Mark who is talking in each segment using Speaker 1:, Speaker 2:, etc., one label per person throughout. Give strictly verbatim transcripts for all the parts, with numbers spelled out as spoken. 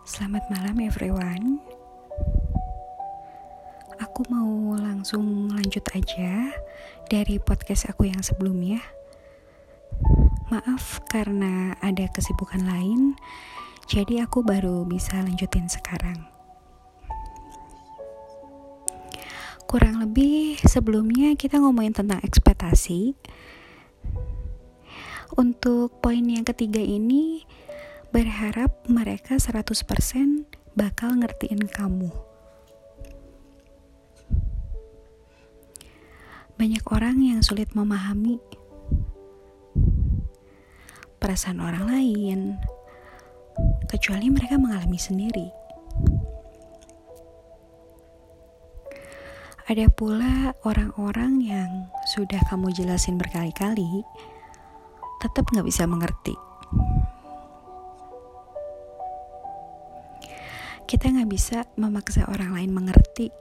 Speaker 1: Selamat malam everyone. Aku mau langsung lanjut aja dari podcast aku yang sebelumnya. Maaf karena ada kesibukan lain, jadi aku baru bisa lanjutin sekarang. Kurang lebih sebelumnya kita ngomongin tentang ekspektasi. Untuk poin yang ketiga ini, berharap mereka seratus persen bakal ngertiin kamu. Banyak orang yang sulit memahami perasaan orang lain, kecuali mereka mengalami sendiri. Ada pula orang-orang yang sudah kamu jelasin berkali-kali, tetap gak bisa mengerti. Kita gak bisa memaksa orang lain mengerti.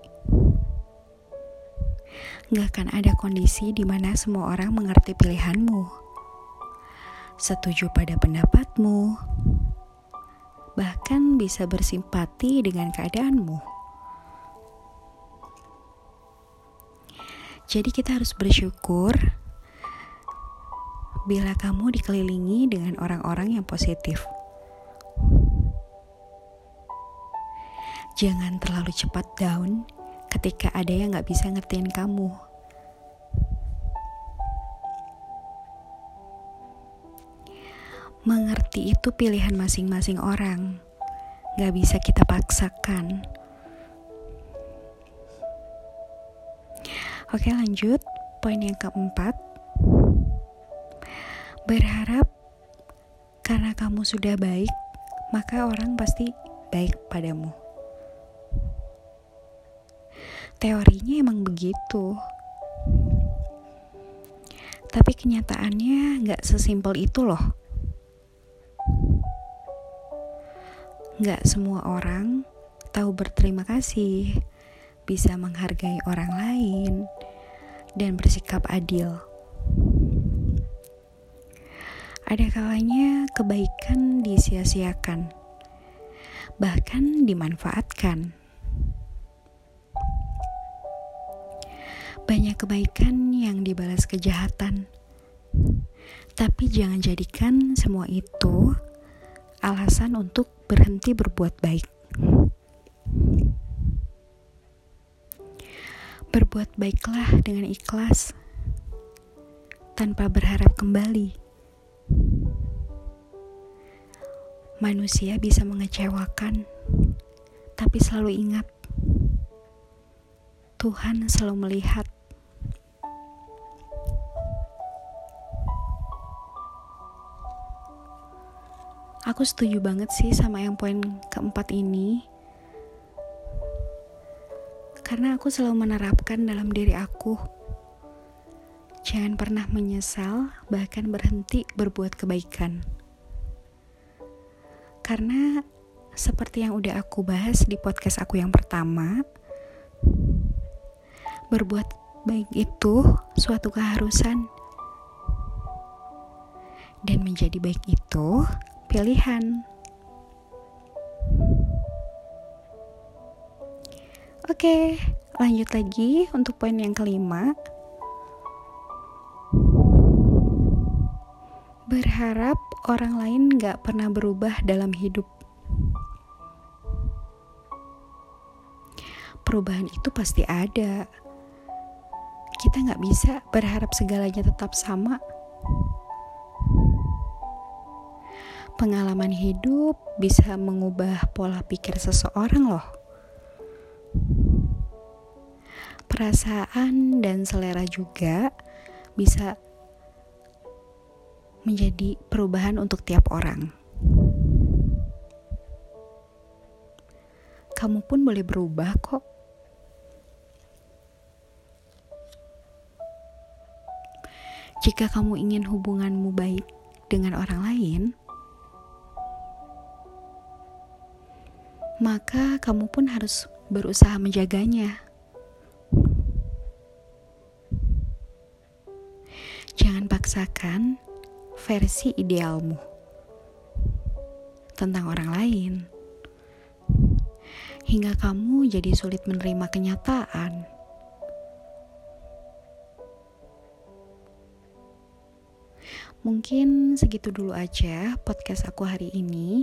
Speaker 1: Gak akan ada kondisi di mana semua orang mengerti pilihanmu, setuju pada pendapatmu, bahkan bisa bersimpati dengan keadaanmu. Jadi kita harus bersyukur bila kamu dikelilingi dengan orang-orang yang positif. Jangan terlalu cepat down ketika ada yang gak bisa ngertiin kamu. Mengerti itu pilihan masing-masing orang, gak bisa kita paksakan. Oke, lanjut. Poin yang keempat, berharap karena kamu sudah baik, maka orang pasti baik padamu. Teorinya emang begitu, tapi kenyataannya gak sesimpel itu loh. Gak semua orang tahu berterima kasih, bisa menghargai orang lain, dan bersikap adil. Ada kalanya kebaikan disia-siakan, bahkan dimanfaatkan. Banyak kebaikan yang dibalas kejahatan, tapi jangan jadikan semua itu alasan untuk berhenti berbuat baik. Berbuat baiklah dengan ikhlas, tanpa berharap kembali. Manusia bisa mengecewakan, tapi selalu ingat, Tuhan selalu melihat. Aku setuju banget sih sama yang poin keempat ini, karena aku selalu menerapkan dalam diri aku, jangan pernah menyesal, bahkan berhenti berbuat kebaikan. Karena seperti yang udah aku bahas di podcast aku yang pertama, berbuat baik itu suatu keharusan, dan menjadi baik itu pilihan. Oke, lanjut lagi untuk poin yang kelima. Berharap orang lain gak pernah berubah dalam hidup. Perubahan itu pasti ada. Kita gak bisa berharap segalanya tetap sama. Pengalaman hidup bisa mengubah pola pikir seseorang loh. Perasaan dan selera juga bisa menjadi perubahan untuk tiap orang. Kamu pun boleh berubah kok. Jika kamu ingin hubunganmu baik dengan orang lain, maka kamu pun harus berusaha menjaganya. Jangan paksakan versi idealmu tentang orang lain. hingga kamu jadi sulit menerima kenyataan. Mungkin segitu dulu aja podcast aku hari ini.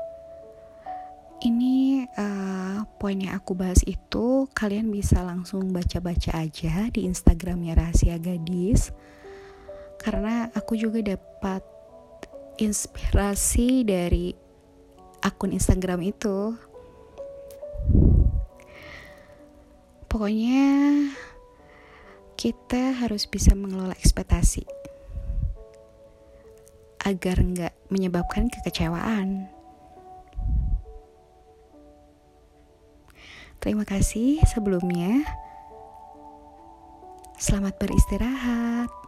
Speaker 1: Ini uh, poin yang aku bahas itu kalian bisa langsung baca-baca aja di Instagramnya Rahasia Gadis. Karena aku juga dapat inspirasi dari akun Instagram itu. Pokoknya kita harus bisa mengelola ekspektasi agar nggak menyebabkan kekecewaan. Terima kasih sebelumnya. Selamat beristirahat.